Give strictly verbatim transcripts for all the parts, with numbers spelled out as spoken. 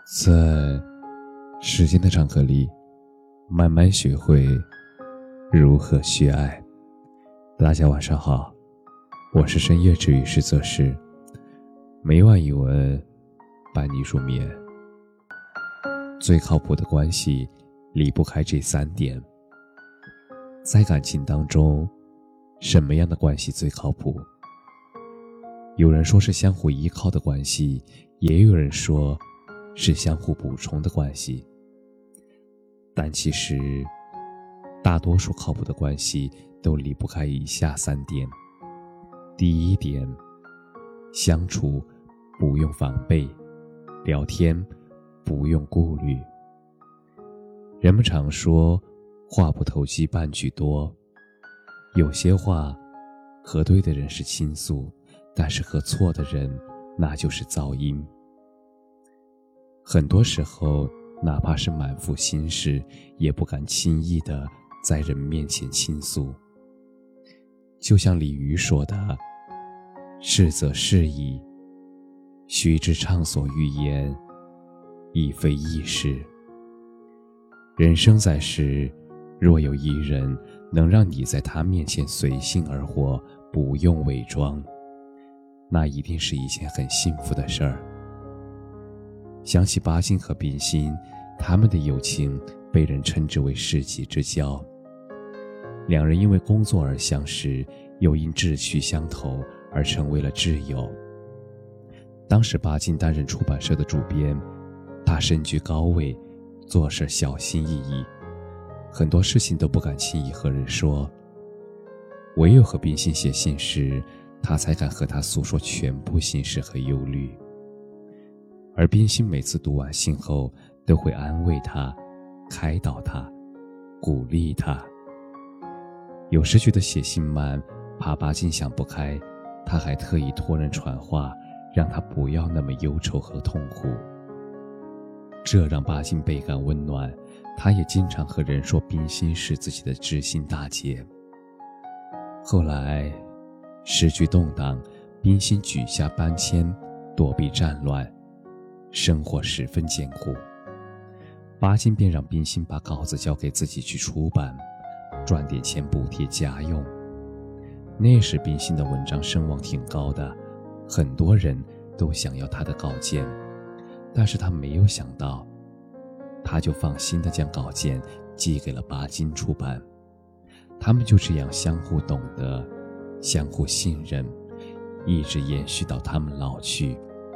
在时间的长河里，慢慢学会如何去爱。大家晚上好，我是深夜治愈师则是每晚一文伴你入眠。最靠谱的关系离不开这三点。在感情当中，什么样的关系最靠谱？有人说是相互依靠的关系，也有人说是相互补充的关系。但其实大多数靠谱的关系都离不开以下三点。第一点，相处不用防备，聊天不用顾虑。人们常说话不投机半句多，有些话和对的人是倾诉，但是和错的人那就是噪音。很多时候哪怕是满腹心事，也不敢轻易地在人面前倾诉。就像李渔说的，是则是矣，须知畅所欲言，亦非易事。人生在世，若有一人能让你在他面前随性而活，不用伪装，那一定是一件很幸福的事儿。想起巴金和冰心，他们的友情被人称之为世纪之交。两人因为工作而相识，又因志趣相投而成为了挚友。当时巴金担任出版社的主编，他身居高位，做事小心翼翼，很多事情都不敢轻易和人说。唯有和冰心写信时，他才敢和他诉说全部心事和忧虑。而冰心每次读完信后，都会安慰他，开导他，鼓励他。有时觉得写信慢，怕巴金想不开，他还特意托人传话，让他不要那么忧愁和痛苦。这让巴金倍感温暖，他也经常和人说冰心是自己的知心大姐。后来时局动荡，冰心举家搬迁，躲避战乱，生活十分艰苦。巴金便让冰心把稿子交给自己去出版，赚点钱补贴家用。那时冰心的文章声望挺高的，很多人都想要她的稿件，但是他没有想到，他就放心地将稿件寄给了巴金出版。他们就这样相互懂得，相互信任，一直延续到他们老去。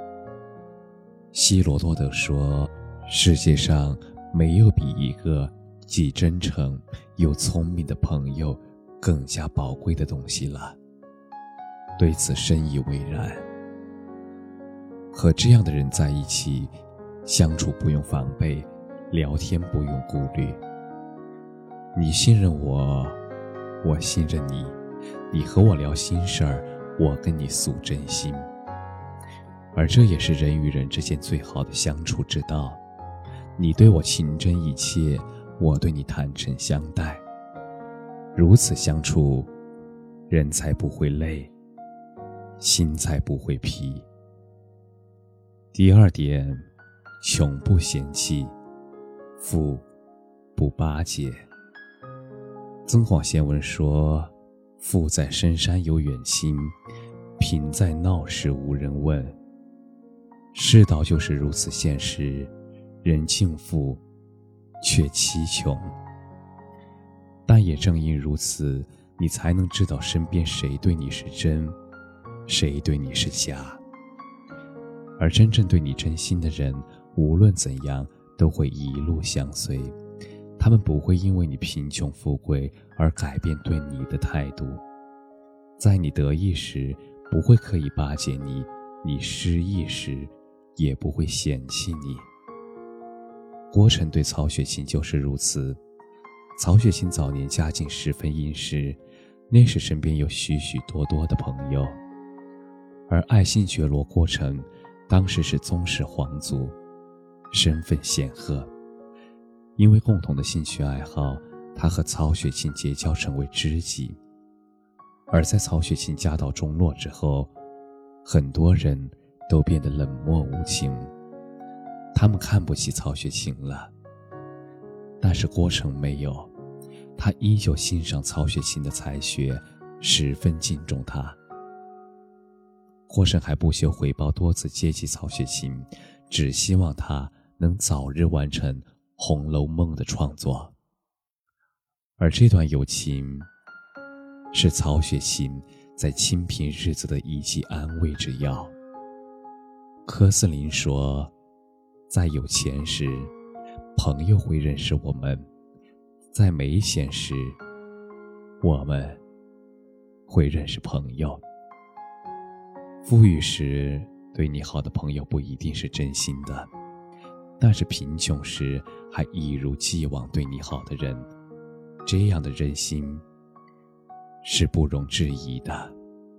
希罗多德说，世界上没有比一个既真诚又聪明的朋友更加宝贵的东西了。对此深以为然。和这样的人在一起，相处不用防备，聊天不用顾虑。你信任我，我信任你，你和我聊心事儿，我跟你诉真心。而这也是人与人之间最好的相处之道。你对我情真意切，我对你坦诚相待。如此相处，人才不会累，心才不会疲。第二点，穷不嫌弃，富不巴结。曾广贤文说，富在深山有远亲，贫在闹市无人问。世道就是如此现实，人敬富，却妻穷。但也正因如此，你才能知道身边谁对你是真，谁对你是假。而真正对你真心的人，无论怎样都会一路相随，他们不会因为你贫穷富贵而改变对你的态度。在你得意时，不会刻意巴结你，你失意时也不会嫌弃你。郭晨对曹雪芹就是如此。曹雪芹早年家境十分殷实，那时身边有许许多多的朋友。而爱新觉罗郭晨当时是宗室皇族，身份显赫。因为共同的兴趣爱好，他和曹雪芹结交成为知己。而在曹雪芹家道中落之后，很多人都变得冷漠无情。 他们看不起曹雪芹了。但是郭成没有，他依旧欣赏曹雪芹的才学，十分敬重他。郭成还不休回报多次接济曹雪芹，只希望他能早日完成《红楼梦》的创作。而这段友情是曹雪芹在清贫日子的一剂安慰之药。柯斯林说，在有钱时，朋友会认识我们；在没钱时，我们会认识朋友。富裕时，对你好的朋友不一定是真心的，但是贫穷时还一如既往对你好的人，这样的人心是不容置疑的。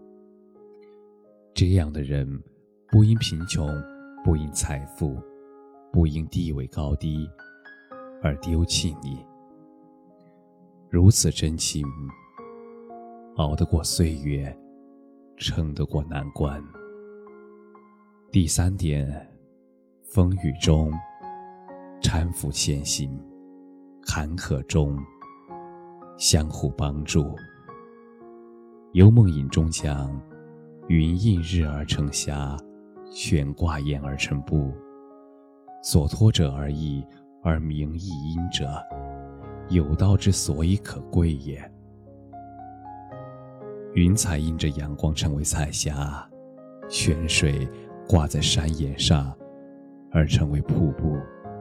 这样的人不因贫穷，不因财富，不因地位高低而丢弃你。如此真情，熬得过岁月，撑得过难关。第三点，风雨中搀扶前行，坎坷中相互帮助。游梦影中讲，云映日而成霞，悬挂燕而成布，所托者而异，而名亦因者，有道之所以可贵也。云彩映着阳光成为彩霞，泉水挂在山岩上而成为瀑布。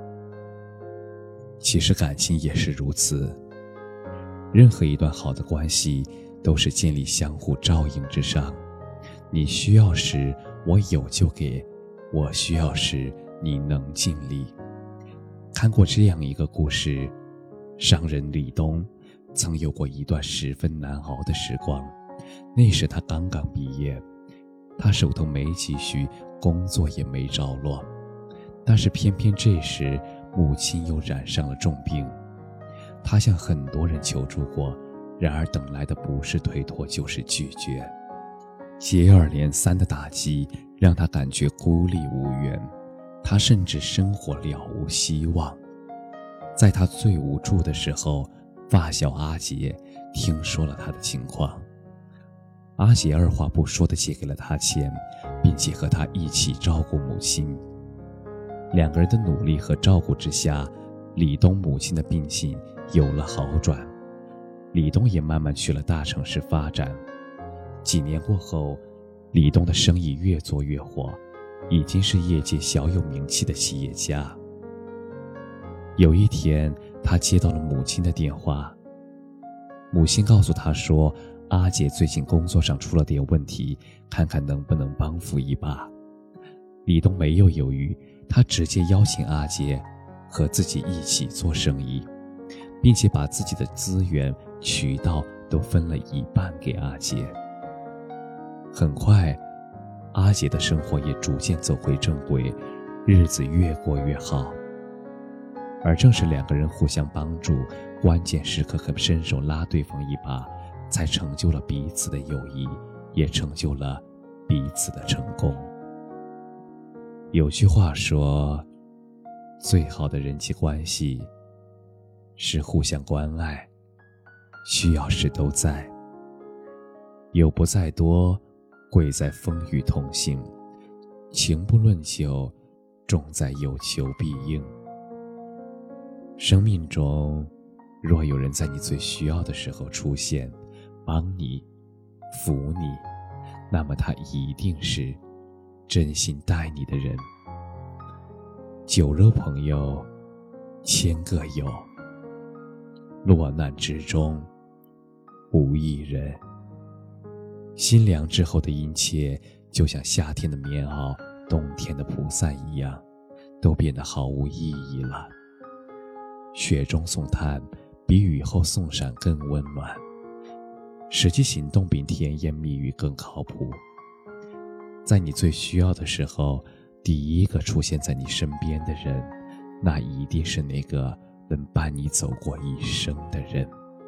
其实感情也是如此，任何一段好的关系都是建立相互照应之上。你需要时我有就给，我需要时你能尽力。看过这样一个故事，商人李东曾有过一段十分难熬的时光。那时他刚刚毕业，他手头没积蓄，工作也没着落，但是偏偏这时母亲又染上了重病。他向很多人求助过，然而等来的不是推脱就是拒绝。接二连三的打击让他感觉孤立无援，他甚至生活了无希望。在他最无助的时候，发小阿杰听说了他的情况。阿杰二话不说地借给了他钱，并且和他一起照顾母亲。两个人的努力和照顾之下，李东母亲的病情有了好转，李东也慢慢去了大城市发展。几年过后，李东的生意越做越火，已经是业界小有名气的企业家。有一天，他接到了母亲的电话，母亲告诉他说，阿杰最近工作上出了点问题，看看能不能帮扶一把。李东没有犹豫，他直接邀请阿杰和自己一起做生意，并且把自己的资源、渠道都分了一半给阿杰。很快，阿杰的生活也逐渐走回正轨，日子越过越好。而正是两个人互相帮助，关键时刻肯伸手拉对方一把，才成就了彼此的友谊，也成就了彼此的成功。有句话说，最好的人际关系是互相关爱，需要时都在。友不在多，贵在风雨同行；情不论久，重在有求必应。生命中若有人在你最需要的时候出现，帮你扶你，那么他一定是真心待你的人。酒肉朋友千个有，落难之中无一人。心凉之后的殷切，就像夏天的棉袄，冬天的蒲扇一样，都变得毫无意义了。雪中送炭比雨后送伞更温暖，实际行动比甜言蜜语更靠谱。在你最需要的时候，第一个出现在你身边的人，那一定是那个能伴你走过一生的人。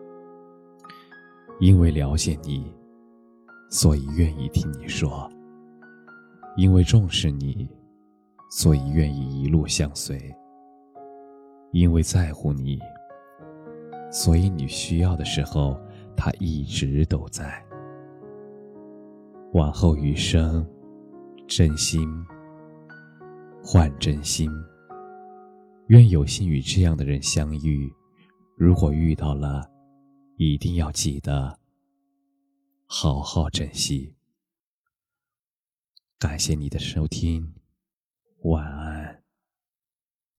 因为了解你，所以愿意听你说；因为重视你， 所以愿意一路相随。因为在乎你，所以你需要的时候，他一直都在。往后余生，真心换真心。愿有幸与这样的人相遇，如果遇到了，一定要记得好好珍惜。感谢你的收听，晚安。